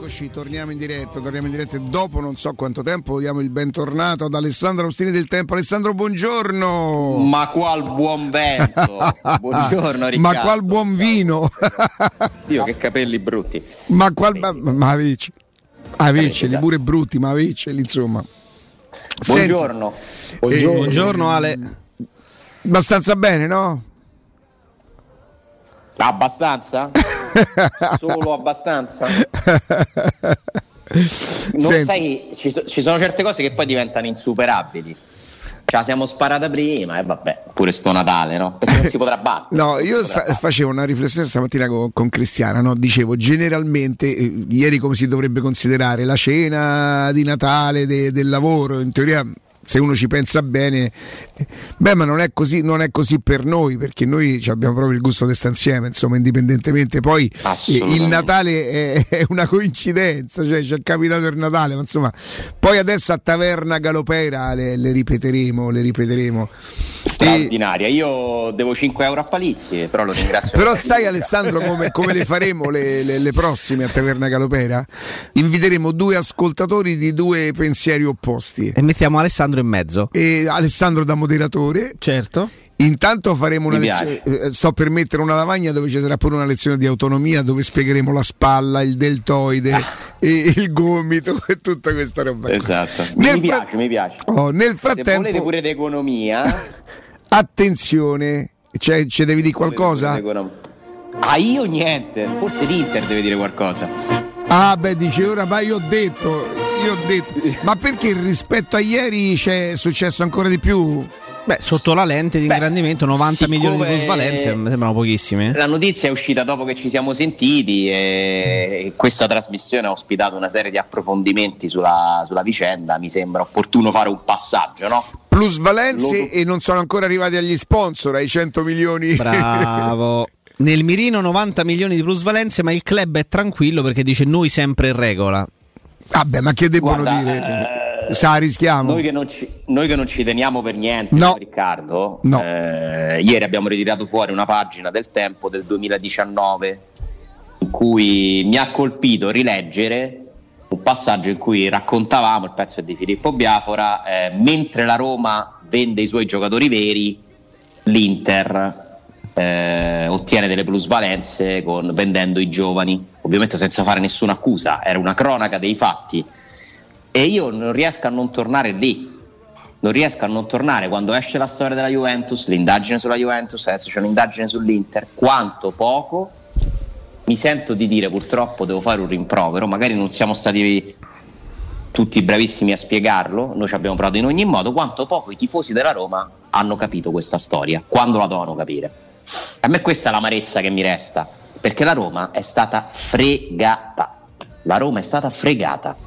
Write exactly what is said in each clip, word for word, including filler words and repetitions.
Eccoci, torniamo in diretta, torniamo in diretta e dopo non so quanto tempo diamo il bentornato ad Alessandro Austini del Tempo. Alessandro, buongiorno. Ma qual buon vento. Buongiorno Riccardo. Ma qual buon vino. Dio, che capelli brutti. Ma qual ma, ma aveceli, aveceli pure brutti, ma aveceli insomma. Buongiorno. Senti, buongiorno. eh, Buongiorno Ale. Abbastanza bene, no? Abbastanza? Solo abbastanza? Non Senti. sai, ci, so, ci sono certe cose che poi diventano insuperabili. Cioè, siamo sparata prima e vabbè, pure sto Natale, no? Perché non si potrà battere. No, io sta, facevo una riflessione stamattina con, con Cristiana, no? Dicevo, generalmente, eh, ieri come si dovrebbe considerare la cena di Natale de, del lavoro, in teoria se uno ci pensa bene, beh, ma non è così, non è così per noi, perché noi abbiamo proprio il gusto di stare insieme, insomma, indipendentemente. Poi eh, il Natale è, è una coincidenza, cioè ci è capitato il Natale, ma insomma, poi adesso a Taverna Galopera le, le ripeteremo, le ripeteremo. Straordinaria, e... io devo cinque euro a Palizzi, però lo ringrazio. Però sai Alessandro come, come le faremo le, le, le prossime a Taverna Galopera? Inviteremo due ascoltatori di due pensieri opposti. E mettiamo Alessandro in mezzo. E Alessandro da moderatore. Certo. Intanto faremo una lezione, eh, sto per mettere una lavagna dove ci sarà pure una lezione di autonomia dove spiegheremo la spalla, il deltoide, ah. e il gomito e tutta questa roba. Esatto. Nel mi fra... piace, mi piace. Oh, nel frattempo, se volete pure d'economia, attenzione, cioè, ci devi dire qualcosa? Ah, io niente, forse l'Inter deve dire qualcosa. Ah, beh, dice ora, ma io ho detto, io ho detto, ma perché rispetto a ieri c'è successo ancora di più? Beh, sotto la lente di ingrandimento novanta milioni di plusvalenze mi sembrano pochissime. La notizia è uscita dopo che ci siamo sentiti e questa trasmissione ha ospitato una serie di approfondimenti sulla, sulla vicenda. Mi sembra opportuno fare un passaggio, no? Plusvalenze Lo... e non sono ancora arrivati agli sponsor, ai cento milioni. Bravo. Nel mirino novanta milioni di plusvalenze, ma il club è tranquillo perché dice noi sempre in regola. Vabbè, ma che debbono Guarda, dire? Eh, Sa, rischiamo. Noi che, non ci, noi che non ci teniamo per niente, no. Riccardo, no. Eh, ieri abbiamo ritirato fuori una pagina del Tempo del duemiladiciannove in cui mi ha colpito rileggere un passaggio in cui raccontavamo, il pezzo è di Filippo Biafora, eh, mentre la Roma vende i suoi giocatori veri, l'Inter eh, ottiene delle plusvalenze con, vendendo i giovani, ovviamente senza fare nessuna accusa, era una cronaca dei fatti. E io non riesco a non tornare lì, non riesco a non tornare quando esce la storia della Juventus, l'indagine sulla Juventus, adesso c'è un'indagine sull'Inter, quanto poco mi sento di dire, purtroppo devo fare un rimprovero, magari non siamo stati tutti bravissimi a spiegarlo, noi ci abbiamo provato in ogni modo, quanto poco i tifosi della Roma hanno capito questa storia, quando la dovevano capire. A me questa è l'amarezza che mi resta, perché la Roma è stata fregata, la Roma è stata fregata.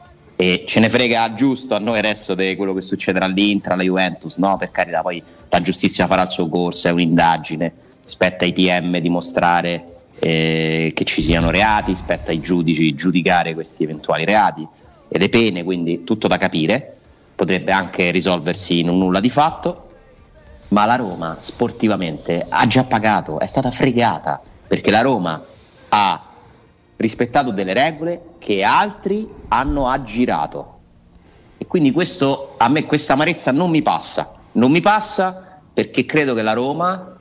E ce ne frega giusto a noi adesso di quello che succederà all'Inter, alla Juventus, no? Per carità, poi la giustizia farà il suo corso, è un'indagine, spetta ai P M dimostrare eh, che ci siano reati, spetta ai giudici giudicare questi eventuali reati e le pene, quindi tutto da capire, potrebbe anche risolversi in un nulla di fatto, ma la Roma sportivamente ha già pagato, è stata fregata, perché la Roma ha rispettato delle regole che altri hanno aggirato e quindi questo, a me questa amarezza non mi passa non mi passa perché credo che la Roma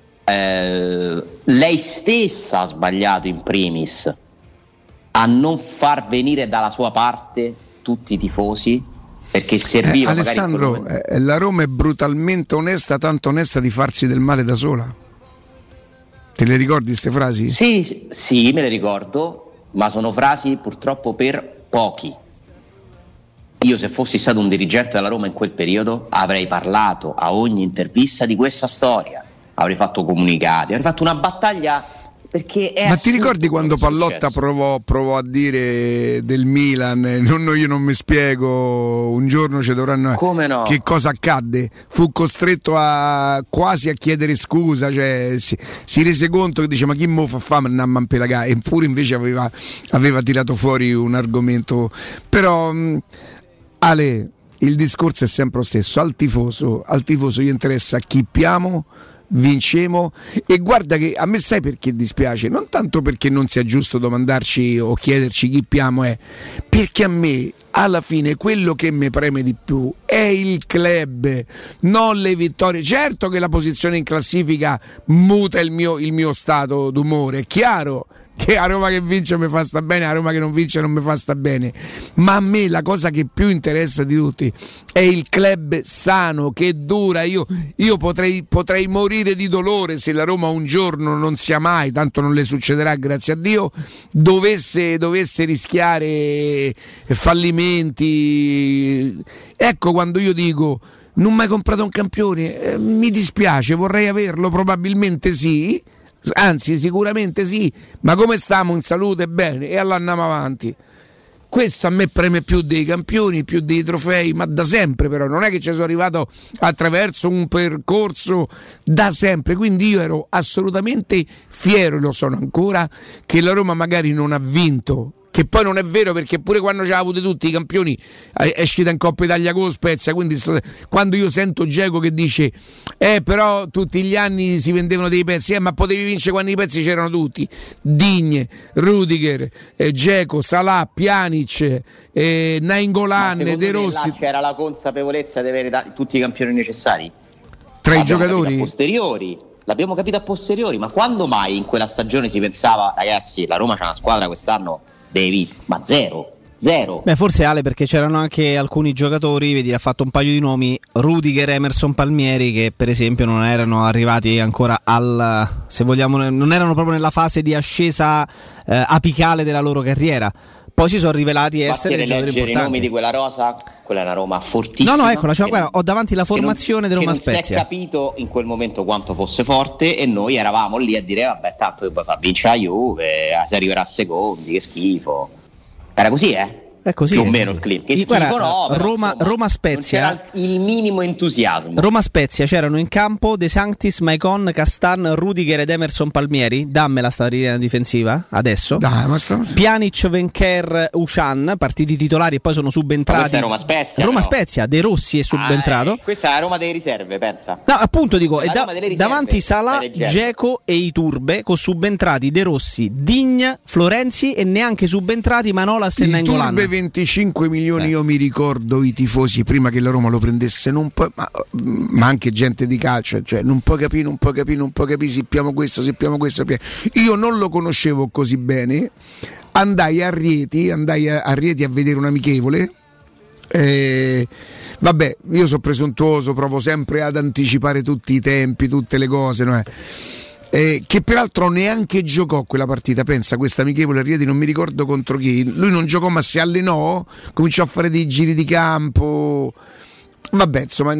eh, lei stessa ha sbagliato in primis a non far venire dalla sua parte tutti i tifosi, perché serviva eh, Alessandro, magari eh, la Roma è brutalmente onesta, tanto onesta di farsi del male da sola. Te le ricordi queste frasi? Sì, sì, sì, me le ricordo, ma sono frasi purtroppo per pochi. Io se fossi stato un dirigente della Roma in quel periodo avrei parlato a ogni intervista di questa storia, avrei fatto comunicati, avrei fatto una battaglia, perché è ma ti ricordi quando Pallotta provò, provò a dire del Milan non, io non mi spiego, un giorno ci dovranno, come no? Che cosa accadde? Fu costretto a quasi a chiedere scusa, cioè si, si rese conto che dice ma chi mo fa fame a mampelagà, e pure invece aveva, aveva tirato fuori un argomento. Però mh, Ale, il discorso è sempre lo stesso, al tifoso al tifoso gli interessa chi piamo, vincemo. E guarda che a me sai perché dispiace, non tanto perché non sia giusto domandarci o chiederci chi piamo è, perché a me alla fine quello che mi preme di più è il club, non le vittorie. Certo che la posizione in classifica muta il mio, il mio stato d'umore, è chiaro che a Roma che vince mi fa sta bene, a Roma che non vince non mi fa sta bene, ma a me la cosa che più interessa di tutti è il club sano, che dura. Io, io potrei, potrei morire di dolore se la Roma un giorno, non sia mai, tanto non le succederà grazie a Dio, dovesse, dovesse rischiare fallimenti. Ecco quando io dico non mi hai comprato un campione, eh, mi dispiace, vorrei averlo, probabilmente sì, anzi sicuramente sì, ma come stiamo in salute? Bene, e allora andiamo avanti. Questo a me preme più dei campioni, più dei trofei, ma da sempre. Però non è che ci sono arrivato attraverso un percorso, da sempre. Quindi io ero assolutamente fiero, e lo sono ancora, che la Roma magari non ha vinto, che poi non è vero, perché pure quando ci ha avuto tutti i campioni è uscita in Coppa Italia con Spezia. Quindi sto, quando io sento Dzeko che dice eh però tutti gli anni si vendevano dei pezzi, eh ma potevi vincere quando i pezzi c'erano tutti, Digne, Rudiger, eh, Dzeko, Salah, Pjanic, eh, Nainggolan, De Rossi. Là c'era la consapevolezza di avere da, tutti i campioni necessari tra l'abbiamo i giocatori a posteriori. L'abbiamo capito a posteriori, ma quando mai in quella stagione si pensava ragazzi la Roma c'ha una squadra quest'anno, devi, ma zero, zero. Beh, forse Ale, perché c'erano anche alcuni giocatori, vedi, ha fatto un paio di nomi, Rudiger, Emerson Palmieri, che per esempio non erano arrivati ancora al, se vogliamo, non erano proprio nella fase di ascesa eh, apicale della loro carriera. Poi si sono rivelati essere dei giocatori importanti. I nomi di quella rosa, quella è una Roma fortissima. No, no, eccola, cioè, guarda, ho davanti la formazione di Roma Spezia. Non si è capito in quel momento quanto fosse forte e noi eravamo lì a dire vabbè, tanto che puoi far vincere la Juve, si arriverà a secondi, che schifo. Era così, eh? È così, più o meno il clip. Che schifo, guarda, no, però, Roma, insomma, Roma Spezia. Non c'era il minimo entusiasmo. Roma Spezia c'erano in campo De Sanctis, Maicon, Castan, Rudiger ed Emerson Palmieri. Dammela sta linea difensiva adesso. Dai, ma sta... Pjanic, Venker, Ushan, partiti titolari e poi sono subentrati. Ma questa è Roma Spezia. Roma no? Spezia, De Rossi è subentrato. Ah, eh, questa è la Roma delle riserve, pensa. No, appunto dico, è da, riserve, davanti Salah, Dzeko e Iturbe, con subentrati De Rossi, Digne, Florenzi e neanche subentrati Manolas e Nainggolan. Iturbe venticinque milioni, eh. Io mi ricordo i tifosi prima che la Roma lo prendesse, non può, ma, ma anche gente di calcio, cioè non può capire, non può capire, non può capire, sappiamo questo, sappiamo questo, sappiamo. Io non lo conoscevo così bene, andai a Rieti, andai a, a Rieti a vedere un amichevole. Eh, vabbè, io sono presuntuoso, provo sempre ad anticipare tutti i tempi, tutte le cose, no? Eh, che peraltro neanche giocò quella partita, pensa, questa amichevole a Rieti, non mi ricordo contro chi, lui non giocò ma si allenò, cominciò a fare dei giri di campo, vabbè, insomma,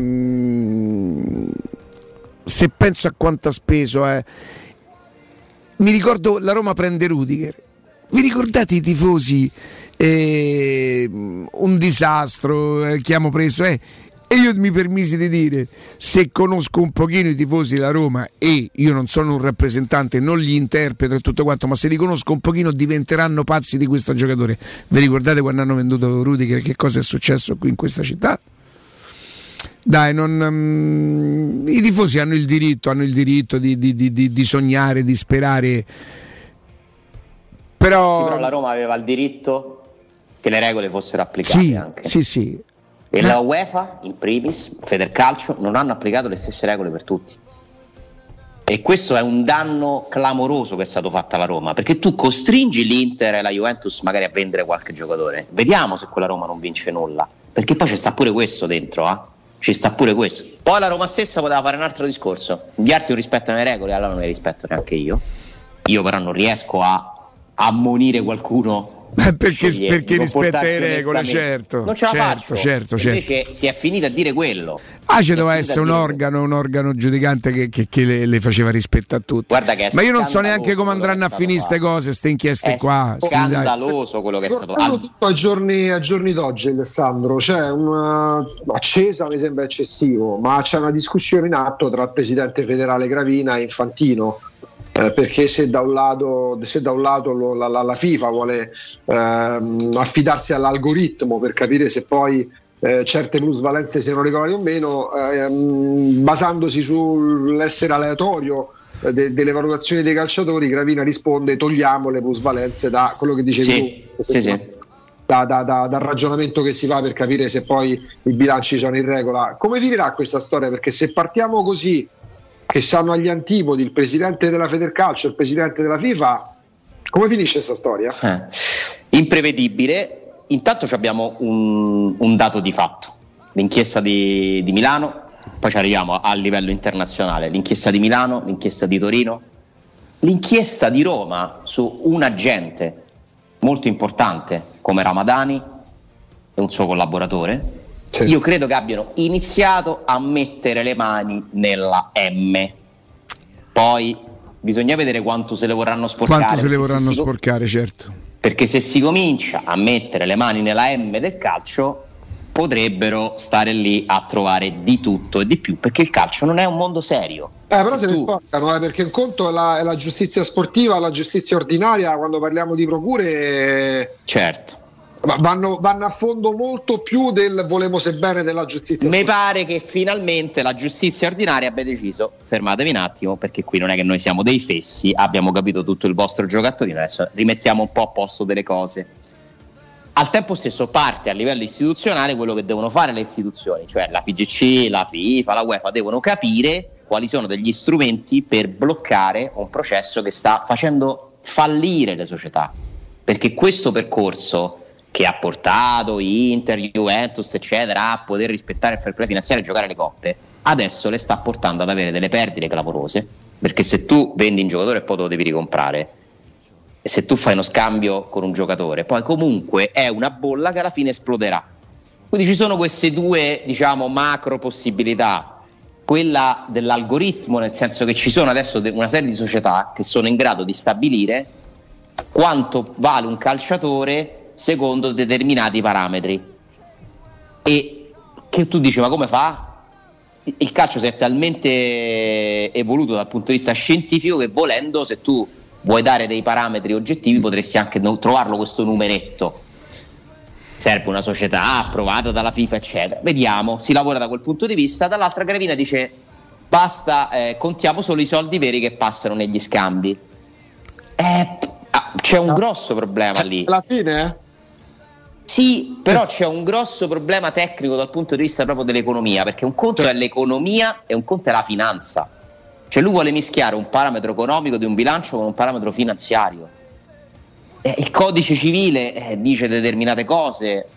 mh, se penso a quanto ha speso, eh, mi ricordo la Roma prende Rudiger, vi ricordate i tifosi, eh, un disastro, eh, che abbiamo preso, eh e io mi permisi di dire, se conosco un pochino i tifosi della Roma, e io non sono un rappresentante, non li interpreto e tutto quanto, ma se li conosco un pochino diventeranno pazzi di questo giocatore. Vi ricordate quando hanno venduto Rudiger, che cosa è successo qui in questa città? Dai, non, um, i tifosi hanno il diritto, hanno il diritto di, di, di, di, di sognare, di sperare, però... Sì, però la Roma aveva il diritto che le regole fossero applicate, sì, anche. Sì, sì. E la UEFA, in primis, Federcalcio, non hanno applicato le stesse regole per tutti. E questo è un danno clamoroso che è stato fatto alla Roma, perché tu costringi l'Inter e la Juventus magari a vendere qualche giocatore. Vediamo se quella Roma non vince nulla, perché poi ci sta pure questo dentro, eh? Ci sta pure questo. Poi la Roma stessa poteva fare un altro discorso. Gli altri non rispettano le regole, allora non le rispetto neanche io. Io però non riesco a ammonire qualcuno perché, perché rispetta le regole, certo, non ce la certo, faccio. certo, certo. Invece si è finita a dire quello. Ah, ci doveva essere un organo, un organo giudicante che, che, che le, le faceva rispettare a tutti. Guarda che ma io non so neanche come andranno a finire queste cose, queste inchieste è qua. Scandaloso quello che è stato fatto. Tutto a giorni, a giorni d'oggi, Alessandro, c'è una accesa, mi sembra eccessivo, ma c'è una discussione in atto tra il presidente federale Gravina e Infantino. Eh, perché se da un lato, se da un lato lo, la, la FIFA vuole ehm, affidarsi all'algoritmo per capire se poi eh, certe plusvalenze siano regolari o meno, ehm, basandosi sull'essere aleatorio eh, de- delle valutazioni dei calciatori. Gravina risponde: togliamo le plusvalenze da quello che dicevi Sì, tu, sì, sì. Da, da, da, dal ragionamento che si fa per capire se poi i bilanci sono in regola. Come finirà questa storia? Perché se partiamo così, che sanno agli antipodi il presidente della Federcalcio e il presidente della FIFA, come finisce questa storia? Eh. Imprevedibile. Intanto abbiamo un, un dato di fatto: l'inchiesta di, di Milano, poi ci arriviamo a livello internazionale, l'inchiesta di Milano, l'inchiesta di Torino, l'inchiesta di Roma su un agente molto importante come Ramadani e un suo collaboratore. Sì. Io credo che abbiano iniziato a mettere le mani nella M. Poi bisogna vedere quanto se le vorranno sporcare. Quanto se le vorranno se sporcare, si... certo. Perché se si comincia a mettere le mani nella M del calcio, potrebbero stare lì a trovare di tutto e di più, perché il calcio non è un mondo serio. Eh, però se, se ne sporcano, eh, perché un conto è la, è la giustizia sportiva, la giustizia ordinaria. Quando parliamo di procure, certo, vanno, vanno a fondo molto più del volemo bene della giustizia Mi sportiva. pare che finalmente la giustizia ordinaria abbia deciso: fermatevi un attimo, perché qui non è che noi siamo dei fessi, abbiamo capito tutto il vostro giocattolino, adesso rimettiamo un po' a posto delle cose. Al tempo stesso parte a livello istituzionale quello che devono fare le istituzioni, cioè la F I G C, la FIFA, la UEFA, devono capire quali sono degli strumenti per bloccare un processo che sta facendo fallire le società, perché questo percorso che ha portato Inter, Juventus eccetera a poter rispettare il fair play finanziario e giocare le coppe, adesso le sta portando ad avere delle perdite clamorose, perché se tu vendi un giocatore e poi te lo devi ricomprare, e se tu fai uno scambio con un giocatore, poi comunque è una bolla che alla fine esploderà. Quindi ci sono queste due, diciamo, macro possibilità: quella dell'algoritmo, nel senso che ci sono adesso una serie di società che sono in grado di stabilire quanto vale un calciatore secondo determinati parametri, e che tu dici: ma come fa? Il calcio si è talmente evoluto dal punto di vista scientifico che, volendo, se tu vuoi dare dei parametri oggettivi, potresti anche trovarlo questo numeretto. Serve una società approvata dalla FIFA eccetera. Vediamo, si lavora da quel punto di vista. Dall'altra Gravina dice: basta, eh, contiamo solo i soldi veri che passano negli scambi. Eh, ah, c'è un grosso problema lì. Alla fine eh? Sì, però c'è un grosso problema tecnico dal punto di vista proprio dell'economia, perché un conto è l'economia e un conto è la finanza. Cioè lui vuole mischiare un parametro economico di un bilancio con un parametro finanziario. Eh, il codice civile eh, dice determinate cose,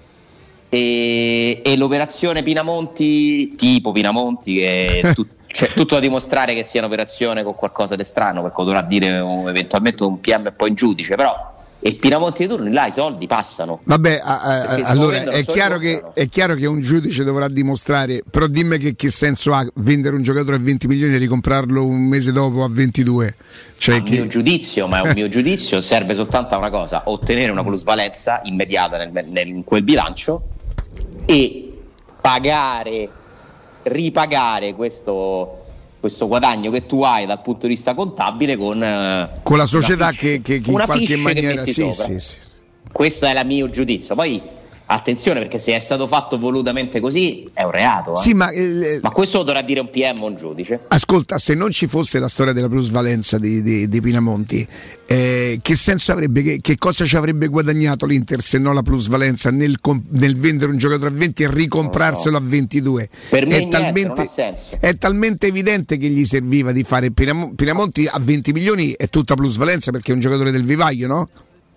e, e l'operazione Pinamonti, tipo Pinamonti, che è tut, cioè, tutto da dimostrare che sia un'operazione con qualcosa di strano, perché dovrà dire um, eventualmente un P M e poi in giudice, però e Pinamonti dei turni là i soldi passano. Vabbè, a, a, allora è chiaro, che, è chiaro che un giudice dovrà dimostrare, però dimmi che, che senso ha vendere un giocatore a venti milioni e ricomprarlo un mese dopo a ventidue? Cioè a che... mio giudizio, ma è un mio giudizio, serve soltanto a una cosa: ottenere una plusvalenza immediata nel, nel, in quel bilancio e pagare, ripagare questo questo guadagno che tu hai dal punto di vista contabile con, con la società che, che, che in qualche maniera sì, sì, sì. Questo è il mio giudizio. Poi attenzione, perché se è stato fatto volutamente così è un reato, eh? Sì, ma, eh, ma questo lo dovrà dire un P M o un giudice. Ascolta, se non ci fosse la storia della plusvalenza di, di, di Pinamonti, eh, che senso avrebbe, che, che cosa ci avrebbe guadagnato l'Inter se no la plusvalenza nel, nel vendere un giocatore a venti e ricomprarselo so. a ventidue? Per me è niente, talmente, non ha senso. È talmente evidente che gli serviva di fare Pinam- Pinamonti a venti milioni, è tutta plusvalenza perché è un giocatore del vivaio, no?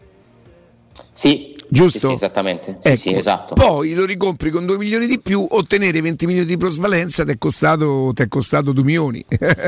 Sì, giusto? Sì, sì, esattamente. Sì, ecco. sì, esatto. Poi lo ricompri con due milioni di più, ottenere venti milioni di plusvalenza ti è costato, ti è costato due milioni.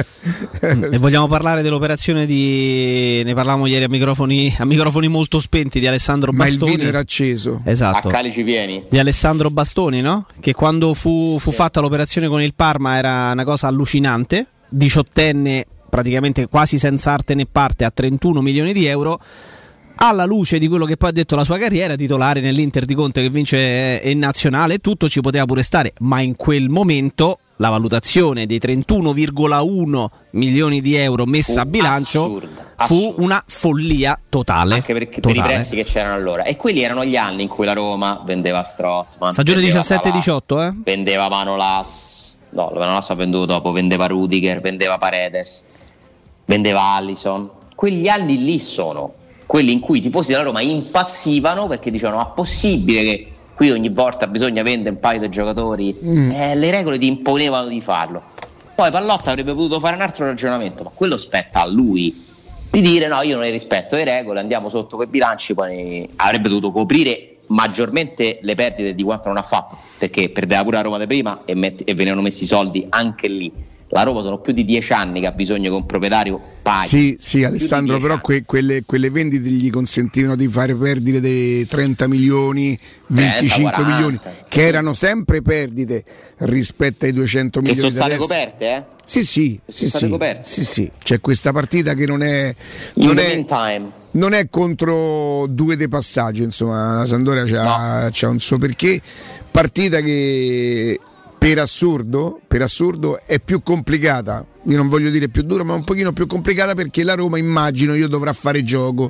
E vogliamo parlare dell'operazione di, ne parlavamo ieri a microfoni, a microfoni molto spenti, di Alessandro Bastoni. Ma il vino era acceso. Esatto. A calici pieni. Di Alessandro Bastoni, no? Che quando fu, fu sì. fatta l'operazione con il Parma era una cosa allucinante. Diciottenne, praticamente quasi senza arte né parte, a trentuno milioni di euro. Alla luce di quello che poi ha detto la sua carriera, titolare nell'Inter di Conte che vince in nazionale, tutto ci poteva pure stare, ma in quel momento la valutazione dei trentuno virgola uno milioni di euro messa a bilancio assurda, fu assurda. una follia totale. Anche perché, totale. per i prezzi che c'erano allora. E quelli erano gli anni in cui la Roma vendeva Strootman, stagione vendeva diciassette diciotto, eh? vendeva Manolas, no, Manolas ha venduto dopo, vendeva Rudiger, vendeva Paredes, vendeva Allison. Quegli anni lì sono quelli in cui i tifosi della Roma impazzivano perché dicevano: ma possibile che qui ogni volta bisogna vendere un paio di giocatori? Mm. Eh, le regole ti imponevano di farlo. Poi Pallotta avrebbe potuto fare un altro ragionamento, ma quello spetta a lui di dire: no, io non ne rispetto le regole, andiamo sotto quei bilanci. Poi avrebbe dovuto coprire maggiormente le perdite di quanto non ha fatto, perché perdeva pure la Roma di prima e, met- e venivano messi i soldi anche lì. La Roma sono più di dieci anni che ha bisogno che un proprietario paghi. Sì, sì, Alessandro, però que- quelle, quelle vendite gli consentivano di fare perdite dei trenta milioni, venticinque trenta, quaranta, milioni, che erano sempre perdite rispetto ai duecento che milioni. Che sono state adesso. Coperte, eh? Sì, sì, sì, sono sì, coperte. sì, sì. C'è questa partita che non è... In Non the è meantime. non è contro due dei passaggi, insomma, la Sampdoria c'ha, No. c'ha un suo perché. Partita che per assurdo, per assurdo è più complicata, io non voglio dire più dura, ma un pochino più complicata, perché la Roma, immagino io, dovrà fare gioco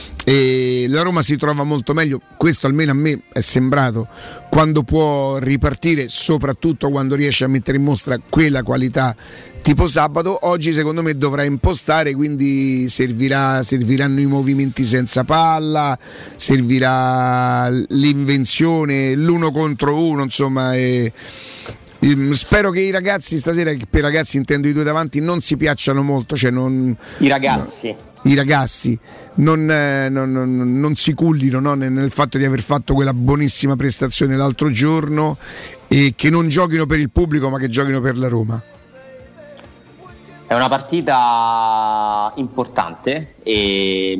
e la Roma si trova molto meglio, questo almeno a me è sembrato, quando può ripartire, soprattutto quando riesce a mettere in mostra quella qualità tipo sabato. Oggi secondo me dovrà impostare, quindi servirà, serviranno i movimenti senza palla, servirà l'invenzione, l'uno contro uno, insomma, e spero che i ragazzi stasera, che per ragazzi intendo i due davanti, non si piacciono molto, cioè non, I ragazzi no, i ragazzi non, eh, non, non, non si cullino, no, nel, nel fatto di aver fatto quella buonissima prestazione l'altro giorno, e che non giochino per il pubblico ma che giochino per la Roma. È una partita importante e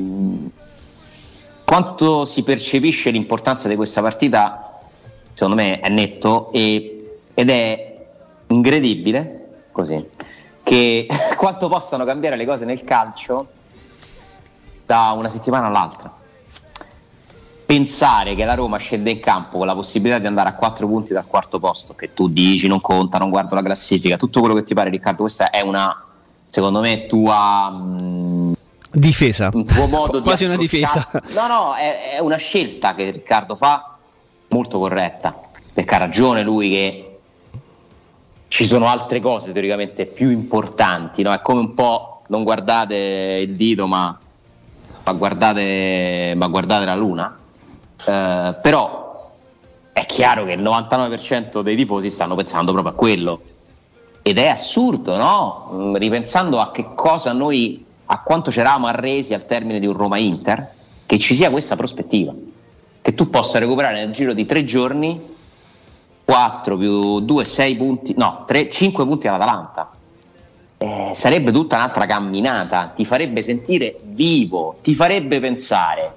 quanto si percepisce l'importanza di questa partita secondo me è netto, e ed è incredibile così che quanto possano cambiare le cose nel calcio da una settimana all'altra. Pensare che la Roma scende in campo con la possibilità di andare a quattro punti dal quarto posto, che tu dici non conta, non guardo la classifica, tutto quello che ti pare, Riccardo, questa è una, secondo me, tua mh, difesa, un tuo modo di quasi una difesa. No, no, è, è una scelta che Riccardo fa molto corretta, perché ha ragione lui che ci sono altre cose teoricamente più importanti, no? È come un po', non guardate il dito ma, ma, guardate, ma guardate la luna, eh, però è chiaro che il novantanove per cento dei tifosi stanno pensando proprio a quello, ed è assurdo, no? Ripensando a che cosa noi, a quanto ci eravamo arresi al termine di un Roma-Inter, che ci sia questa prospettiva, che tu possa recuperare nel giro di tre giorni quattro più due, sei punti, no, tre, cinque punti all'Atalanta. Eh, sarebbe tutta un'altra camminata, ti farebbe sentire vivo, ti farebbe pensare: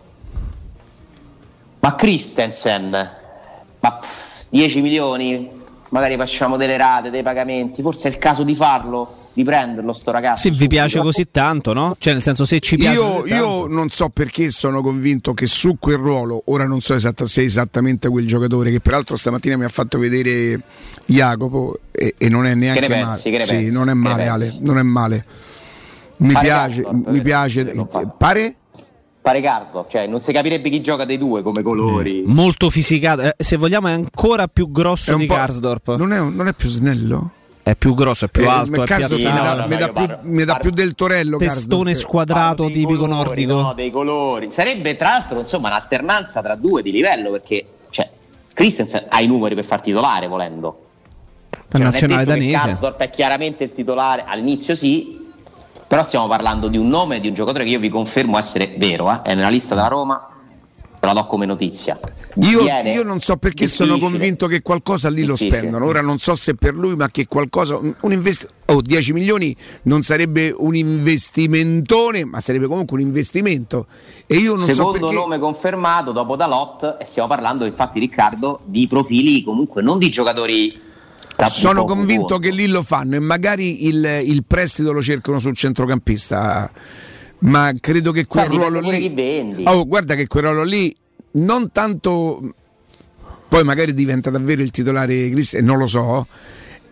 ma Christensen, ma dieci milioni, magari facciamo delle rate, dei pagamenti, forse è il caso di farlo, di prenderlo sto ragazzo. Sì, vi piace così tanto, no? Cioè, nel senso, se ci piace Io, io non so perché sono convinto che su quel ruolo, ora non so esatta, se è esattamente quel giocatore, che peraltro stamattina mi ha fatto vedere Jacopo, e, e non è neanche che ne male. pensi, che ne sì, pensi? non è Che male, ne Ale, pensi? non è male. Mi Pare piace, Gardner, mi piace. Pare? Pare Cardo, cioè non si capirebbe chi gioca dei due come colori. Molto fisicato, eh, se vogliamo è ancora più grosso È un di po'- Karsdorp. Non è, non è più snello? È più grosso, è più Eh, alto, è Karsdorp piazzato. mi dà, no, no, mi dà io più, parlo- mi dà parlo- più del torello. Testone Karsdorp. squadrato Parlo dei tipico colori, nordico. no, dei colori. Sarebbe tra l'altro insomma un'alternanza tra due di livello, perché cioè Christensen ha i numeri per far titolare volendo. Per Cioè, non nazionale è detto che danese. Karsdorp è chiaramente il titolare, all'inizio sì, però stiamo parlando di un nome, di un giocatore che io vi confermo essere vero, eh? È nella lista della Roma, ve la do come notizia. Io, Viene io non so perché difficile. sono convinto che qualcosa lì lo Difficile. spendono. Ora non so se per lui, ma che qualcosa, un, un invest- oh, dieci milioni non sarebbe un investimentone, ma sarebbe comunque un investimento. E io non Secondo so perché. nome confermato dopo Dalot, e stiamo parlando infatti, Riccardo, di profili comunque non di giocatori da Sono poco convinto conto. che lì lo fanno, e magari il, il prestito lo cercano sul centrocampista. Ma credo che quel Sai, dipende ruolo pure lì. chi vendi. Oh, guarda che quel ruolo lì non tanto. Poi magari diventa davvero il titolare Cristian, non lo so.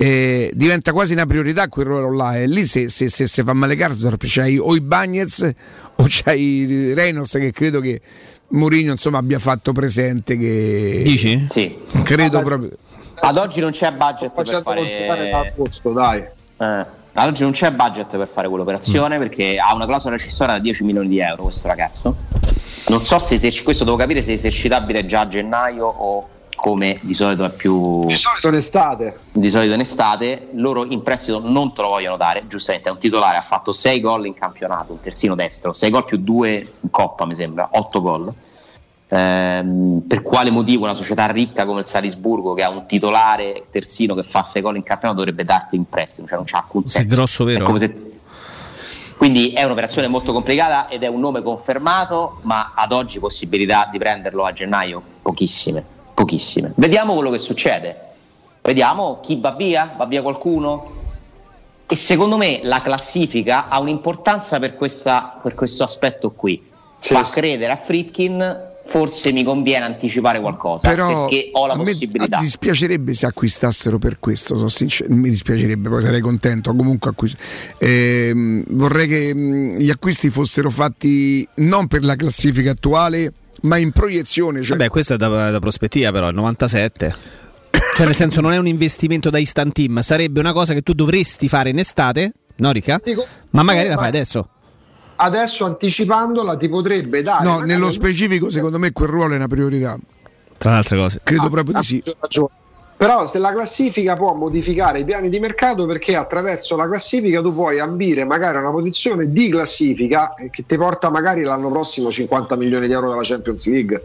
eh, diventa quasi una priorità quel ruolo là, e lì se, se, se, se fa male Karsdorp c'hai o i Bagnez o c'hai Reynolds, che credo che Mourinho insomma abbia fatto presente che dici? Sì, credo ad, proprio ad oggi non c'è budget per fare posto, dai. Eh, ad oggi non c'è budget per fare quell'operazione, mm. perché ha una clausola rescissoria da dieci milioni di euro questo ragazzo. Non so se eserc- questo devo capire se è esercitabile già a gennaio o come di solito è più di solito in estate. Di solito in estate. Loro in prestito non te lo vogliono dare, giustamente è un titolare, ha fatto sei gol in campionato, un terzino destro, sei gol più due in Coppa mi sembra, otto gol. Ehm, per quale motivo una società ricca come il Salisburgo, che ha un titolare terzino che fa sei gol in campionato, dovrebbe darti in prestito? Cioè non c'ha alcun senso. È grosso, vero? È come se... Quindi è un'operazione molto complicata ed è un nome confermato, ma ad oggi possibilità di prenderlo a gennaio pochissime, pochissime. Vediamo quello che succede, vediamo chi va via, va via qualcuno, e secondo me la classifica ha un'importanza per, questa, per questo aspetto qui. Sì, fa sì. credere a Friedkin, forse mi conviene anticipare qualcosa, però perché ho la a me possibilità. Mi dispiacerebbe se acquistassero per questo, sono sincero, mi dispiacerebbe, poi sarei contento comunque acquist- eh, vorrei che mh, gli acquisti fossero fatti non per la classifica attuale ma in proiezione, cioè... Vabbè, questa è da, da prospettiva, però il novantasette, cioè nel senso non è un investimento da instant team, sarebbe una cosa che tu dovresti fare in estate, no Rica? Ma magari la fai adesso. Adesso anticipandola ti potrebbe dare. No, nello specifico secondo me quel ruolo è una priorità. Tra le altre cose. Credo ah, proprio di sì. Però se la classifica può modificare i piani di mercato, perché attraverso la classifica tu puoi ambire magari a una posizione di classifica che ti porta magari l'anno prossimo cinquanta milioni di euro dalla Champions League.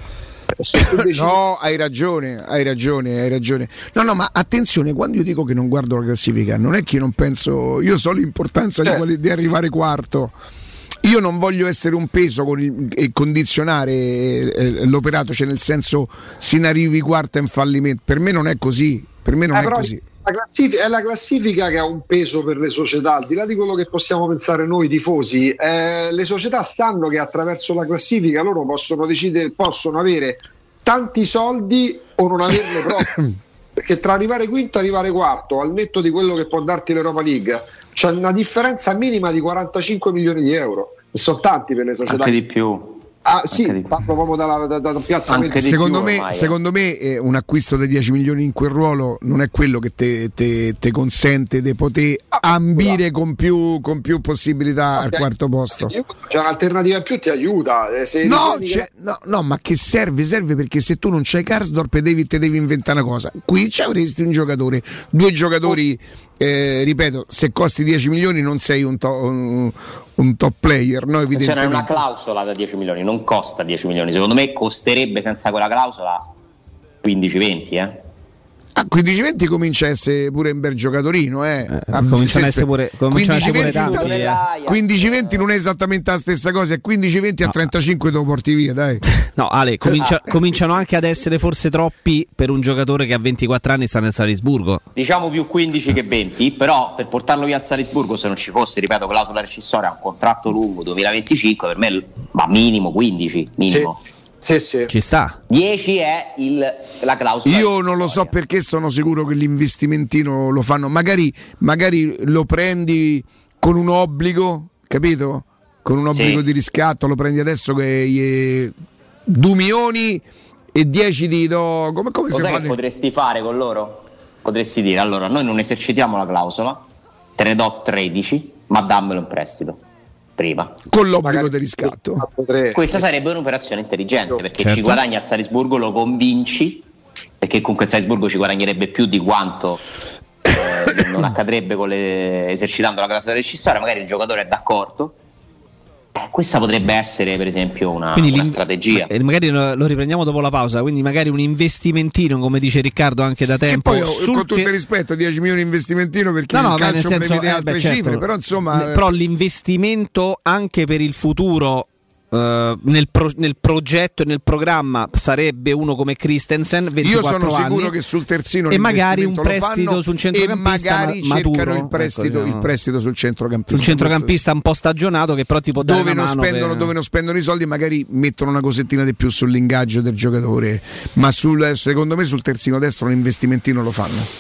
No, hai ragione, hai ragione, hai ragione. No, no, ma attenzione, quando io dico che non guardo la classifica, non è che io non penso, io so l'importanza certo. di, di arrivare quarto. Io non voglio essere un peso con il, e condizionare eh, l'operato, cioè nel senso se ne arrivi quarta in fallimento. Per me non è così, per me non eh, è così. La classifica, è la classifica che ha un peso per le società, al di là di quello che possiamo pensare noi tifosi. Eh, le società sanno che attraverso la classifica loro possono decidere, possono avere tanti soldi o non averne proprio. Perché tra arrivare quinto e arrivare quarto, al netto di quello che può darti l'Europa League, c'è una differenza minima di quarantacinque milioni di euro, e sono tanti per le società. Anche di più. Ah sì, parlo proprio dalla, da, da piazzamento. Secondo me, ormai, secondo eh. me eh, un acquisto di dieci milioni in quel ruolo non è quello che te, te, te consente di poter ah, ambire con più, con più possibilità okay. al quarto posto. C'è un'alternativa in più, ti aiuta. Se no, c'è, no, no, ma che serve? Serve perché se tu non c'hai Karsdorp devi, te devi inventare una cosa. Qui ci avresti un giocatore, due giocatori. Oh. Eh, ripeto, se costi dieci milioni non sei un, to- un, un top player, no? Evidentemente. Se non è una clausola da dieci milioni, non costa dieci milioni, secondo me costerebbe senza quella clausola quindici venti, eh? A quindici venti comincia a essere pure un bel giocatorino, eh. eh cominciano a essere pure, quindici venti non è esattamente la stessa cosa, e quindici venti no. a trentacinque te lo porti via, dai. No, Ale, comincia, cominciano anche ad essere forse troppi per un giocatore che a ventiquattro anni sta nel Salisburgo. Diciamo più quindici che venti, però per portarlo via al Salisburgo, se non ci fosse, ripeto, clausola rescissoria, un contratto lungo duemilaventicinque, per me va minimo quindici, minimo. Sì. Sì, sì. Ci sta. dieci è il, la clausola. Io non lo so perché sono sicuro che l'investimentino lo fanno. Magari, magari lo prendi con un obbligo, capito? Con un obbligo sì. di riscatto, lo prendi adesso che due milioni e dieci di do. Come, come Cos'è si che potresti fare con loro? Potresti dire, allora, noi non esercitiamo la clausola, te ne do tredici, ma dammelo in prestito. Prima. Con l'obbligo di riscatto. Questa sarebbe un'operazione intelligente, perché certo. ci guadagni al Salisburgo, lo convinci, perché comunque il Salisburgo ci guadagnerebbe più di quanto eh, non accadrebbe con le, esercitando la clausola rescissoria, magari il giocatore è d'accordo. Eh, questa potrebbe essere per esempio una, una strategia. Eh, magari lo, lo riprendiamo dopo la pausa, quindi magari un investimentino, come dice Riccardo anche da tempo. E poi con tutto il rispetto, dieci milioni di investimentino, perché no, no, il calcio senso, prevede eh, altre beh, cifre, certo. però insomma. Però l'investimento anche per il futuro. Uh, nel, pro, nel progetto e nel programma sarebbe uno come Christensen, ventiquattro io sono anni, sicuro che sul terzino e magari un prestito sul centrocampista, e magari ma, cercano maturo, il prestito, ecco, il prestito sul centrocampista, sul centrocampista un po' stagionato che però ti può dare dove una non mano spendono, per... dove non spendono i soldi, magari mettono una cosettina di più sull'ingaggio del giocatore, ma sul, secondo me sul terzino destro un investimentino lo fanno.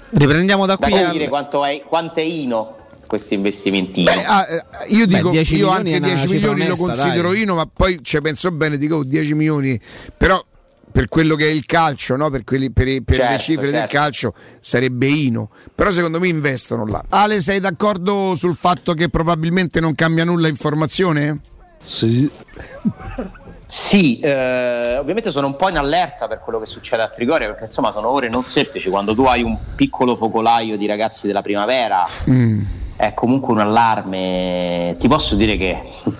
Riprendiamo da qui. Da al... dire quanto è, quanto è Ino questi investimenti. Beh, ah, io dico, Beh, io anche dieci milioni onesta, lo considero dai. Ino, ma poi ci penso bene, dico dieci milioni, però per quello che è il calcio, no? per, quelli, per, per certo, le cifre certo. del calcio sarebbe Ino, però secondo me investono là. Ale, sei d'accordo sul fatto che probabilmente non cambia nulla in formazione? Sì. Sì, eh, ovviamente sono un po' in allerta per quello che succede a Trigoria, perché insomma sono ore non semplici. Quando tu hai un piccolo focolaio di ragazzi della primavera, mm. è comunque un allarme. Ti posso dire che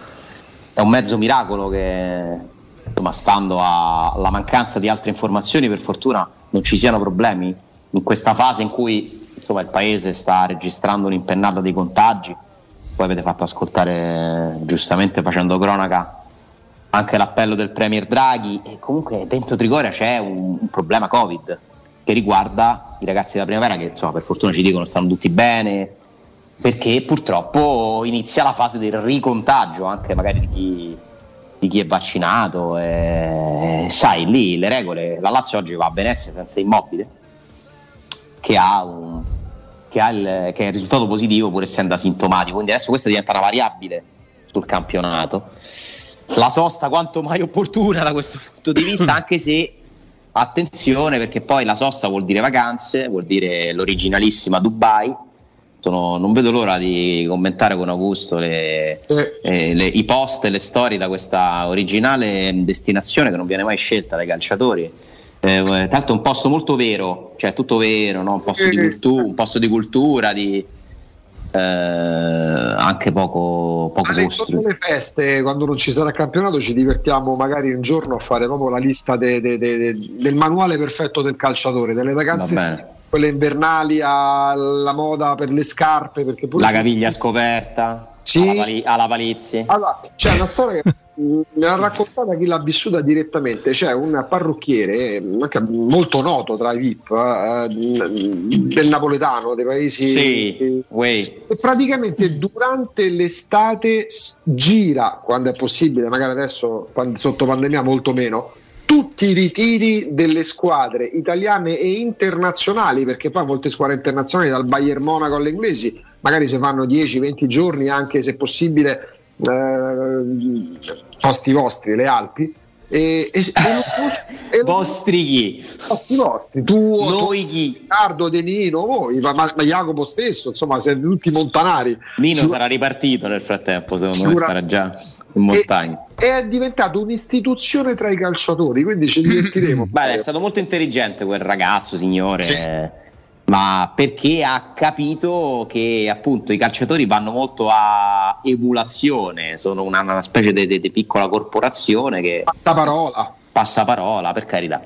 è un mezzo miracolo che, insomma, stando a, alla mancanza di altre informazioni, per fortuna non ci siano problemi in questa fase in cui, insomma, il paese sta registrando un'impennata di contagi. Poi avete fatto ascoltare, giustamente facendo cronaca, anche l'appello del Premier Draghi, e comunque dentro Trigoria c'è un, un problema Covid che riguarda i ragazzi della primavera, che insomma per fortuna ci dicono stanno tutti bene, perché purtroppo inizia la fase del ricontagio anche magari di chi, di chi è vaccinato, e sai, lì le regole, la Lazio oggi va a Venezia senza Immobile, che ha un che ha il, che è il risultato positivo pur essendo asintomatico, quindi adesso questa diventa una variabile sul campionato. La sosta quanto mai opportuna da questo punto di vista, anche se attenzione, perché poi la sosta vuol dire vacanze, vuol dire l'originalissima Dubai. Sono, non vedo l'ora di commentare con Augusto le, eh, le, i post e le storie da questa originale destinazione che non viene mai scelta dai calciatori. Eh, tra l'altro è un posto molto vero, cioè tutto vero, no? un, posto di cultura, un posto di cultura, di Eh, anche poco, poco sotto le feste, quando non ci sarà campionato, ci divertiamo magari un giorno a fare proprio la lista de, de, de, de, del manuale perfetto del calciatore, delle vacanze, quelle invernali, alla moda per le scarpe, perché pure la caviglia scoperta, sì. alla, pali- alla Palizzi. Allora, c'è una storia che me l'ha raccontata chi l'ha vissuta direttamente. C'è un parrucchiere molto noto tra i V I P eh, del napoletano, dei paesi, sì, e, e praticamente durante l'estate gira, quando è possibile, magari adesso quando, sotto pandemia molto meno, tutti i ritiri delle squadre italiane e internazionali, perché poi molte squadre internazionali, dal Bayern Monaco alle inglesi, magari se fanno dieci venti giorni, anche se possibile eh, posti vostri, le Alpi, e, e, e, e vostri chi? Posti vostri, tu, noi tu, chi? Riccardo, De Nino, voi, ma, ma Jacopo stesso, insomma, siete tutti montanari. Nino Sicur- sarà ripartito nel frattempo, secondo Sicura- me sarà già in montagna. E, è diventato un'istituzione tra i calciatori, quindi ci divertiremo. Beh, è stato molto intelligente quel ragazzo, signore. Sì. Ma perché ha capito che appunto i calciatori vanno molto a emulazione, sono una, una specie di piccola corporazione che passa parola, passa parola, per carità.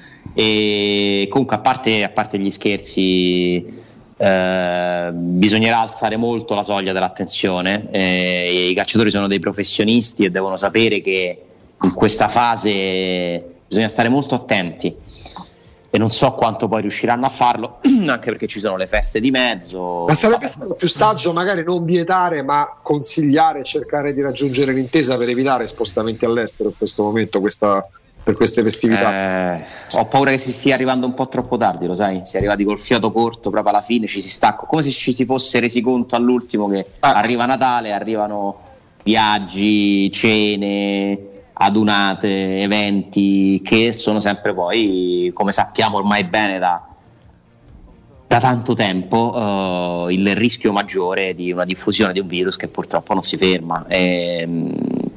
E comunque, a parte, a parte gli scherzi, eh, bisognerà alzare molto la soglia dell'attenzione. Eh, i calciatori sono dei professionisti e devono sapere che in questa fase bisogna stare molto attenti. E non so quanto poi riusciranno a farlo, anche perché ci sono le feste di mezzo. Ma sarebbe stato più saggio magari non vietare, ma consigliare e cercare di raggiungere l'intesa per evitare spostamenti all'estero in questo momento, questa, per queste festività. Eh, ho paura che si stia arrivando un po' troppo tardi, lo sai? Si è arrivati col fiato corto proprio alla fine, ci si stacca, come se ci si fosse resi conto all'ultimo che ah. arriva Natale, arrivano viaggi, cene, adunate, eventi che sono sempre poi, come sappiamo ormai bene da, da tanto tempo, uh, il rischio maggiore di una diffusione di un virus che purtroppo non si ferma, e,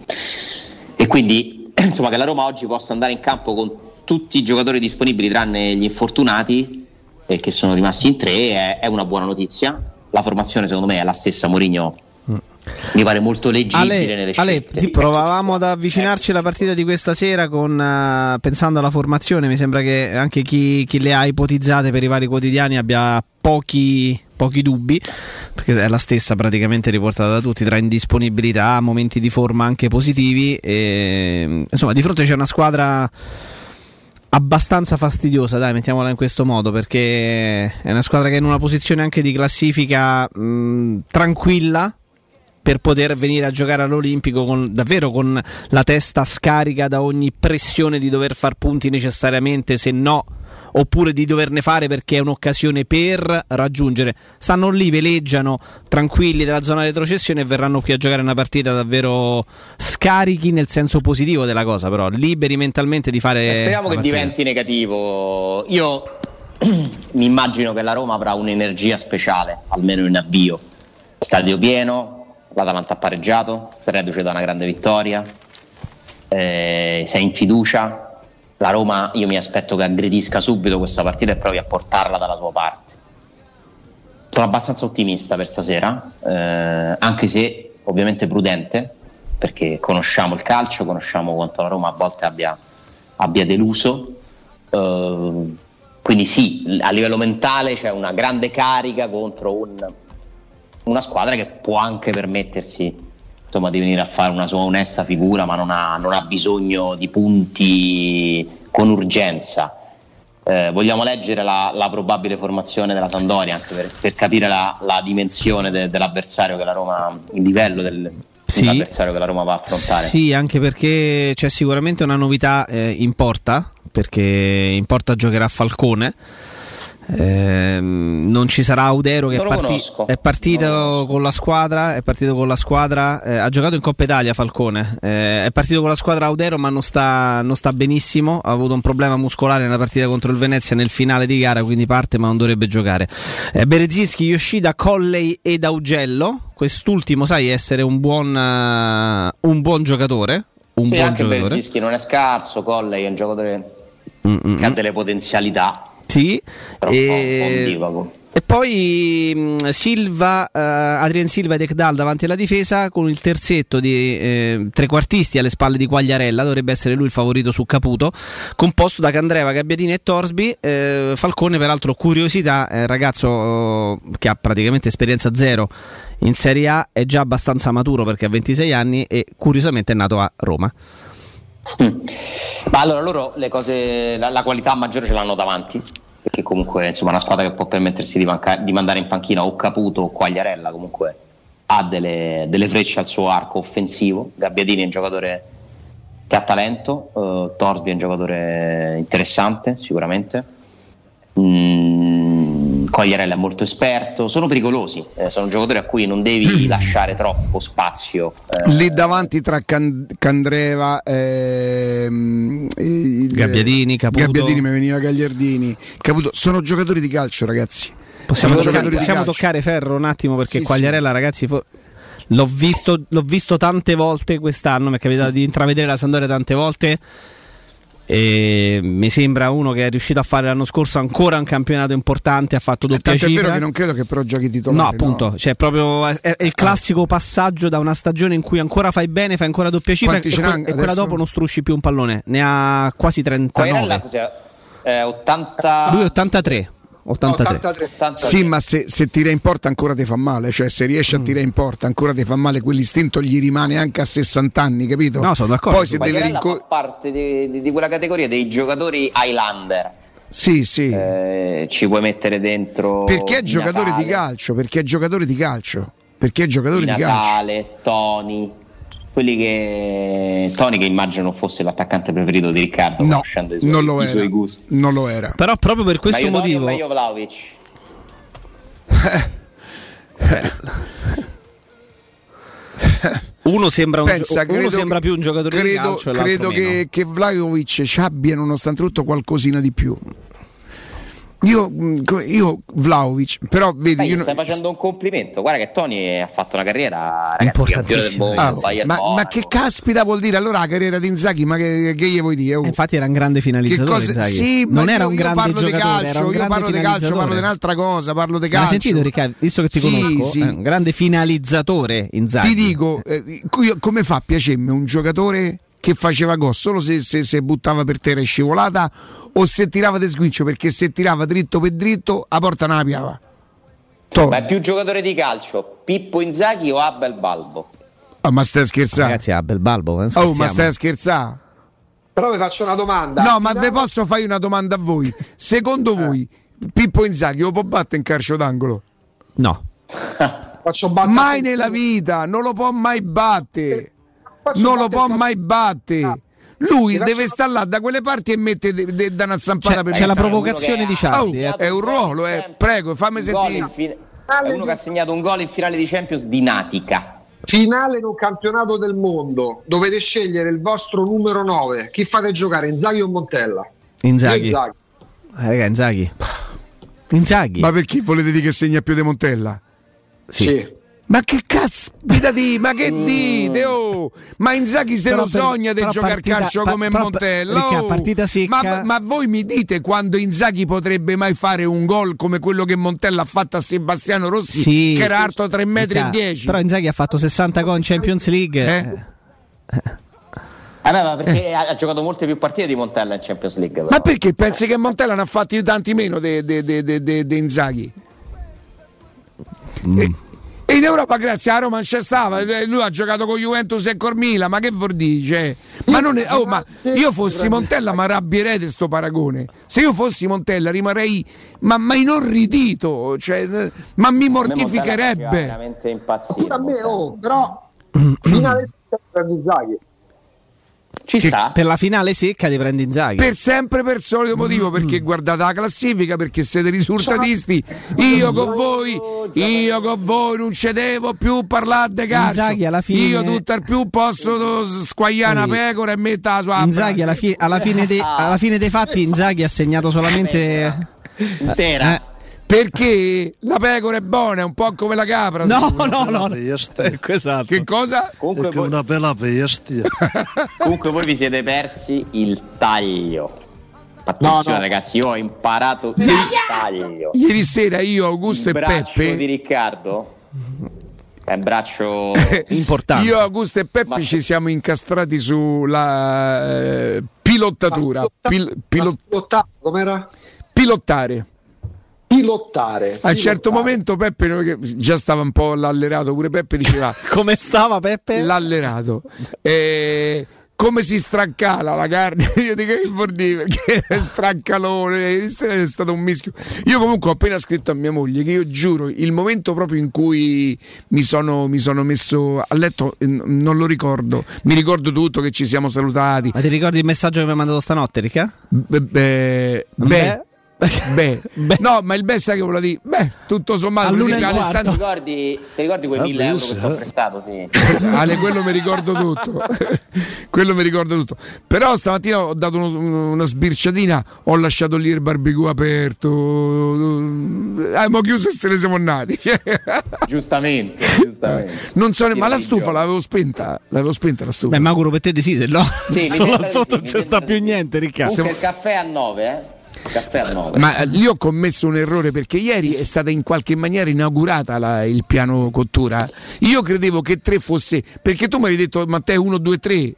e quindi insomma che la Roma oggi possa andare in campo con tutti i giocatori disponibili tranne gli infortunati, eh, che sono rimasti in tre, è, è una buona notizia. La formazione secondo me è la stessa, Mourinho mi pare molto leggibile Ale, nelle scelte. Ale, sì, provavamo ad avvicinarci alla partita di questa sera con uh, pensando alla formazione. Mi sembra che anche chi, chi le ha ipotizzate per i vari quotidiani abbia pochi, pochi dubbi, perché è la stessa praticamente riportata da tutti, tra indisponibilità, momenti di forma anche positivi, e, insomma di fronte c'è una squadra abbastanza fastidiosa, dai, mettiamola in questo modo, perché è una squadra che è in una posizione anche di classifica mh, tranquilla per poter venire a giocare all'Olimpico con, davvero con la testa scarica da ogni pressione di dover far punti necessariamente, se no oppure di doverne fare perché è un'occasione per raggiungere. Stanno lì, veleggiano tranquilli della zona retrocessione e verranno qui a giocare una partita davvero scarichi nel senso positivo della cosa, però liberi mentalmente di fare. Speriamo che partita diventi negativo. Io mi immagino che la Roma avrà un'energia speciale, almeno in avvio. Stadio pieno, l'Atalanta ha pareggiato, si è reduce da una grande vittoria, eh, sei in fiducia. La Roma io mi aspetto che aggredisca subito questa partita e provi a portarla dalla sua parte. Sono abbastanza ottimista per stasera, eh, anche se ovviamente prudente, perché conosciamo il calcio, conosciamo quanto la Roma a volte abbia, abbia deluso, eh, quindi sì, a livello mentale c'è una grande carica contro un, una squadra che può anche permettersi, insomma, di venire a fare una sua onesta figura, ma non ha, non ha bisogno di punti con urgenza. Eh, vogliamo leggere la, la probabile formazione della Sampdoria anche per, per capire la, la dimensione de, dell'avversario che la Roma, il livello del, sì. dell'avversario che la Roma va a affrontare. Sì, anche perché c'è sicuramente una novità eh, in porta, perché in porta giocherà Falcone. Eh, non ci sarà Audero che è, parti- è partito con la squadra è partito con la squadra eh, ha giocato in Coppa Italia Falcone, eh, è partito con la squadra Audero ma non sta, non sta benissimo, ha avuto un problema muscolare nella partita contro il Venezia nel finale di gara, quindi parte ma non dovrebbe giocare. eh, Berezinski, Yoshida, Colley ed Augello, quest'ultimo sai essere un buon uh, un buon giocatore, un sì, buon anche giocatore. Berezinski non è scarso, Colley è un giocatore Mm-mm. che ha delle potenzialità. Sì, e, e poi mh, Silva, uh, Adrien Silva ed Ekdal davanti alla difesa con il terzetto di eh, trequartisti alle spalle di Quagliarella, dovrebbe essere lui il favorito su Caputo, composto da Candreva, Gabbiadini e Torsby. eh, Falcone peraltro curiosità, eh, ragazzo uh, che ha praticamente esperienza zero in Serie A, è già abbastanza maturo perché ha ventisei anni e curiosamente è nato a Roma. Mm. Ma allora loro le cose, la, la qualità maggiore ce l'hanno davanti, perché comunque insomma una squadra che può permettersi di, manca, di mandare in panchina o Caputo o Quagliarella comunque ha delle, delle frecce al suo arco offensivo. Gabbiadini è un giocatore che ha talento, uh, Torsby è un giocatore interessante sicuramente, mm, Quagliarella è molto esperto, sono pericolosi, eh, sono giocatori a cui non devi lasciare troppo spazio. Eh. Lì davanti tra Can- Candreva, ehm, il, Gabbiadini, Caputo. Gabbiadini, mi veniva Gagliardini, Caputo, sono giocatori di calcio, ragazzi. Possiamo, toccare, possiamo toccare ferro un attimo perché sì, Quagliarella, sì. ragazzi, fo- l'ho visto, l'ho visto tante volte quest'anno, mi è capitato di intravedere la Sampdoria tante volte. E mi sembra uno che è riuscito a fare l'anno scorso ancora un campionato importante, ha fatto doppia cifra. È vero che non credo che però giochi titolare. No, appunto, no. Cioè, proprio è, è il classico passaggio da una stagione in cui ancora fai bene, fai ancora doppia cifra e, que- e quella dopo non strusci più un pallone. Ne ha quasi trentanove. Eh, ottanta Lui ottantatré. ottantatré. ottantatré, ottantatré. Sì, ma se, se tira in porta ancora ti fa male, cioè se riesci a tirare in porta ancora ti fa male, quell'istinto gli rimane anche a sessanta anni, capito? No, sono d'accordo. Poi se deve rinco- fa parte di, di, di quella categoria dei giocatori Highlander. Sì, sì. Eh, ci puoi mettere dentro perché è giocatore Natale. di calcio, perché è giocatore di calcio, perché è giocatore di, di Natale, calcio. Toni, quelli che Toni che immagino fosse l'attaccante preferito di Riccardo, no, conoscendo i suoi, non lo i era, suoi gusti. Non lo era. Però proprio per questo meglio motivo Toni o meglio Vlahovic? uno sembra, un Pensa, gio- uno sembra che, più un giocatore credo, di calcio, credo che, che Vlahovic ci abbia nonostante tutto qualcosina di più. Io, io Vlahovic, però vedi, Beh, io stai non... facendo un complimento. Guarda che Toni ha fatto una carriera, ragazzi, campione del mondo, ah, ma, ma che caspita vuol dire allora la carriera di Inzaghi? Ma che, che gli vuoi dire? Oh. Eh, infatti era un grande finalizzatore. Che cosa... Sì, non ma era io, un grande io parlo di calcio, un io parlo di calcio, parlo di un'altra cosa, parlo di calcio. Ma hai sentito, Riccardo? Visto che ti sì, conosco, sì. È un grande finalizzatore Inzaghi. Ti dico, eh, come fa a piacermi un giocatore che faceva gol solo se, se, se buttava per terra e scivolata o se tirava de sguincio, perché se tirava dritto per dritto a porta non la piava. Ma è più giocatore di calcio Pippo Inzaghi o Abel Balbo? Oh, ma stai scherzando? Ragazzi, Abel Balbo, oh, ma stai scherzando? Però vi faccio una domanda. No, ma vi posso fare una domanda a voi? Secondo eh. voi Pippo Inzaghi lo può battere in calcio d'angolo? No. Faccio mai nella vita, non lo può mai battere. Non lo può mai battere. lui Ti deve stare là da quelle parti e mette de, de, da una zampata c'è, per c'è la provocazione di Ciardi. Oh, è un ruolo, eh. Prego, fammi sentire. Fin- è uno che ha segnato un gol in finale di Champions di Natica. Finale in un campionato del mondo, dovete scegliere il vostro numero nove. Chi fate giocare, Inzaghi o Montella? Inzaghi. Inzaghi. Eh, raga, Inzaghi. Inzaghi. Ma perché volete dire che segna più di Montella? Sì. sì. Ma che cazzo di, ma che dite? Oh, ma Inzaghi se però lo per, sogna di giocare partita, calcio pa, come Montella. Oh, partita secca. Ma, ma voi mi dite quando Inzaghi potrebbe mai fare un gol come quello che Montella ha fatto a Sebastiano Rossi, sì, che era alto tre metri e dieci? Però Inzaghi ha fatto sessanta gol in Champions League. Eh? Vabbè, ma perché eh. ha giocato molte più partite di Montella in Champions League. Però. Ma perché pensi che Montella ne ha fatti tanti meno di Inzaghi? Mm. E, E in Europa grazie a Roma c'è stava, lui ha giocato con Juventus e col Milan, ma che vuol dire? Ma non è, oh, ma io fossi Montella mi arrabbierei di sto paragone. Se io fossi Montella rimarrei ma, ma inorridito, cioè, ma mi mortificherebbe. Veramente impazzito. A me, oh, però finale di Inzaghi. Ci sta. Per la finale secca ti prendi Inzaghi. Per sempre per solito motivo, perché guardate la classifica, perché siete risultatisti. Io con voi, io con voi non cedevo più parlare di calcio. Alla fine... Io tutt'al più posso squagliare una pecora e mettere la sua. Inzaghi alla, fi- alla, fine de- alla fine dei fatti Inzaghi ha segnato solamente intera. Eh. Perché la pecora è buona, è un po' come la capra. No, no, no, no. Esatto. Che cosa? Comunque voi... una bella bestia. Comunque voi vi siete persi il taglio. Attenzione, no, no. Ragazzi, io ho imparato il taglio. Ieri sera io, Augusto il e Peppe di Riccardo è un braccio importante. Io, Augusto e Peppe Ma... ci siamo incastrati sulla eh, pilottatura. Pil- pilot... Com'era? Pilotare. Pilottare a un certo momento Peppe già stava un po' l'allerato, pure Peppe diceva come stava Peppe? L'allerato e come si strancala la carne. Io dico che vuol dire, perché è strancalone, è stato un mischio. Io comunque ho appena scritto a mia moglie che io giuro il momento proprio in cui mi sono, mi sono messo a letto non lo ricordo, mi ricordo tutto, che ci siamo salutati. Ma ti ricordi il messaggio che mi ha mandato stanotte, Ricca? Beh, beh, beh. Beh, beh, no, ma il beh sai che volevo dire? Beh, tutto sommato così, Alessandro... ti, ricordi, ti ricordi quei mille euro che ti ho prestato? Sì. Ale, quello mi ricordo tutto. Quello mi ricordo tutto. Però stamattina ho dato uno, una sbirciatina, ho lasciato lì il barbecue aperto. Abbiamo chiuso e se ne siamo andati. Giustamente, giustamente. Non so, ma la stufa l'avevo spenta. L'avevo spenta la stufa. Beh, ma auguro per te di sì, se no. Sì, sotto non c'è sta più niente, Riccardo. Comunque il caffè a nove, eh? Caffè a nove. Ma lì ho commesso un errore, perché ieri è stata in qualche maniera inaugurata la, il piano cottura. Io credevo che tre fosse, perché tu mi avevi detto Matteo uno, due, tre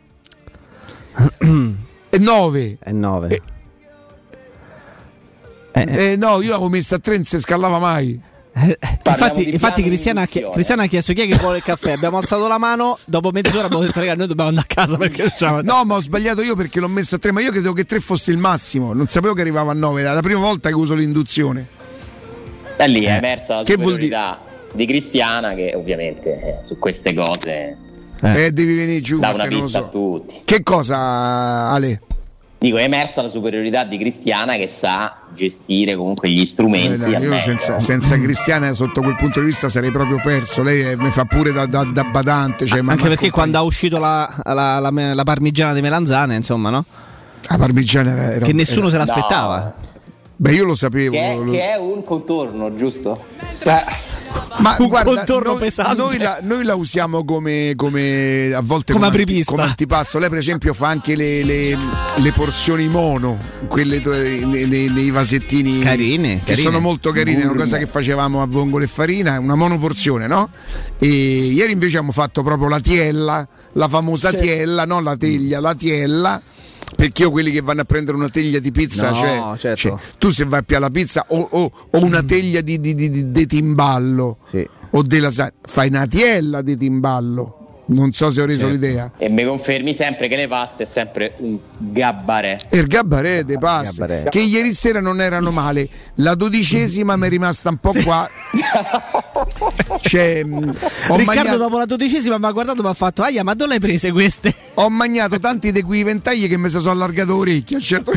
e nove e nove eh, eh. eh, no, io l'avevo messa a tre, non si scalava mai. Eh, infatti, infatti Cristiana, ha chiesto, Cristiana ha chiesto chi è che vuole il caffè. Abbiamo alzato la mano, dopo mezz'ora abbiamo detto ragazzi noi dobbiamo andare a casa perché no, ma ho sbagliato io perché l'ho messo a tre, ma io credevo che tre fosse il massimo, non sapevo che arrivava a nove, era la prima volta che uso l'induzione. Da lì è emersa la che superiorità di Cristiana, che ovviamente eh, su queste cose eh. Eh, devi venire giù, da una pista so. a tutti. Che cosa, Ale? Dico, è emersa la superiorità di Cristiana, che sa gestire comunque gli strumenti. Eh, io senza, senza Cristiana sotto quel punto di vista sarei proprio perso. Lei mi fa pure da, da, da badante, cioè, anche ma, perché compagni... quando ha uscito la, la, la, la parmigiana di melanzane, insomma, no? La parmigiana era, era che nessuno era... se l'aspettava. No. Beh, io lo sapevo. Che è, lo... che è un contorno, giusto? Eh. Ma un guarda, contorno noi, pesante. Noi la, noi la usiamo come, come a volte come, come, anti, come antipasto. Lei per esempio fa anche le, le, le porzioni mono, quelle nei, nei, nei vasettini carine, che carine. sono molto carine. È una cosa che facevamo a vongole e farina, una monoporzione, no? E ieri invece abbiamo fatto proprio la tiella, la famosa sì. tiella, non la teglia, la tiella. Perché io quelli che vanno a prendere una teglia di pizza, no, cioè, certo. cioè tu se vai a più alla pizza o, o, o una teglia di, di, di, di, di timballo sì. o della fai una tiella di timballo. Non so se ho reso certo. l'idea. E mi confermi sempre che le paste è sempre un gabbarè. E il gabbarè dei paste gabbarè. Che ieri sera non erano male. La dodicesima mi è rimasta un po' qua. Cioè, mh, ho Riccardo magnato, dopo la dodicesima mi ha guardato e mi ha fatto aia, ma dove le hai prese queste? ho magnato tanti di quei ventagli che mi si sono allargato l'orecchio a un certo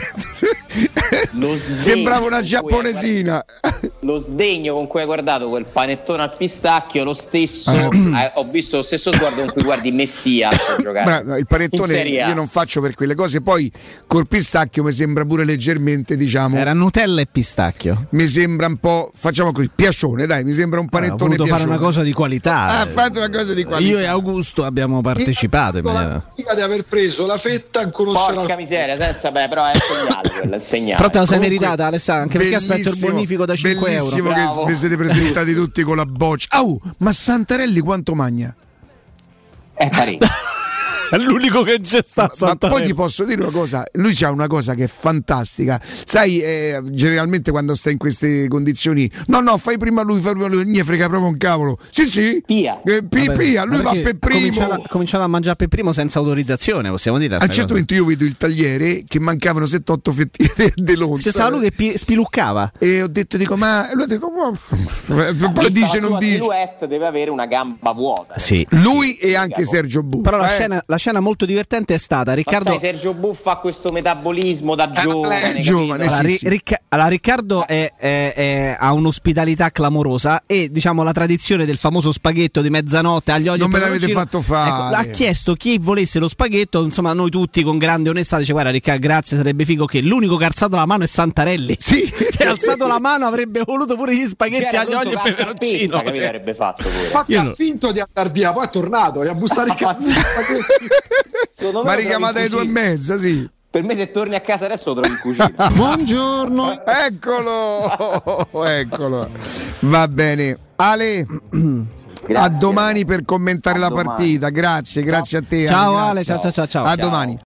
Lo sdegno sembrava una con cui hai giapponesina. guardato- Lo sdegno con cui hai guardato quel panettone al pistacchio, lo stesso. Ah. eh, ho visto lo stesso sguardo con cui guardi Messia a giocare. Bravo, il in panettone Serie A. io non faccio per quelle cose. Poi col pistacchio mi sembra pure leggermente, diciamo, Era Nutella e pistacchio. mi sembra un po', facciamo così, piacione, dai, mi sembra un Ho panettone voluto fare piacione. una cosa di qualità. Ha fatto una cosa di qualità. Io e Augusto abbiamo partecipato in Con la maniera... fatica di aver preso la fetta ancora non c'era Porca miseria, senza beh, però è il segnale quello, è il segnale. Però te lo sei Comunque, meritata, Alessandro, anche perché aspetto il bellissimo, bonifico da cinque euro. bellissimo Bravo. che vi siete presentati tutti con la boccia. Au, ma Santarelli quanto magna? È parecchio. È l'unico che c'è sta Ma poi ti posso dire una cosa, lui c'ha una cosa che è fantastica. Sai, eh, generalmente quando stai in queste condizioni, no, no, fai prima lui, fai prima lui, non gli frega proprio un cavolo. Sì, sì. Pia. Eh, pi, Vabbè, pia, lui ma va perché per primo. Ha cominciato, a- cominciato a mangiare per primo senza autorizzazione, possiamo dire. A un certo punto io vedo il tagliere che mancavano sette otto fettine di lonza. C'è stato lui che pi- spiluccava. E ho detto, dico, ma e lui ha detto, "Oh". Poi dice, la non tua dice. silhouette deve avere una gamba vuota. Sì. Lui e anche Sergio Buffa. Però la, eh. scena, la scena molto divertente è stata Ma Riccardo. sai, Sergio Buffa ha questo metabolismo da giovane, è capito? giovane, Allora, sì, Ri- sì. Ricca- allora, Riccardo è- è- è- ha un'ospitalità clamorosa e diciamo la tradizione del famoso spaghetto di mezzanotte agli olio Non e me l'avete peperoncino, fatto fare. ecco, ha chiesto chi volesse lo spaghetto, insomma noi tutti con grande onestà dice guarda Riccardo grazie, sarebbe figo che l'unico che ha alzato la mano è Santarelli. Sì. Che ha alzato la mano avrebbe voluto pure gli spaghetti C'era agli olio e pronto la peperoncino. scarpetta, che cioè. avrebbe fatto pure. Infatti Io ha no. finto di andare via, poi è tornato e a bussare il cazzo. Secondo me Ma lo trovi richiamata in alle due e cucina. mezza, sì. Per me se torni a casa adesso lo trovi in cucina. Buongiorno. Eccolo. Eccolo. Va bene. Ale. Grazie. A domani per commentare A la domani. partita. Grazie, grazie a te. Ciao Ale, Ale, grazie. ciao ciao ciao ciao. A Ciao. domani.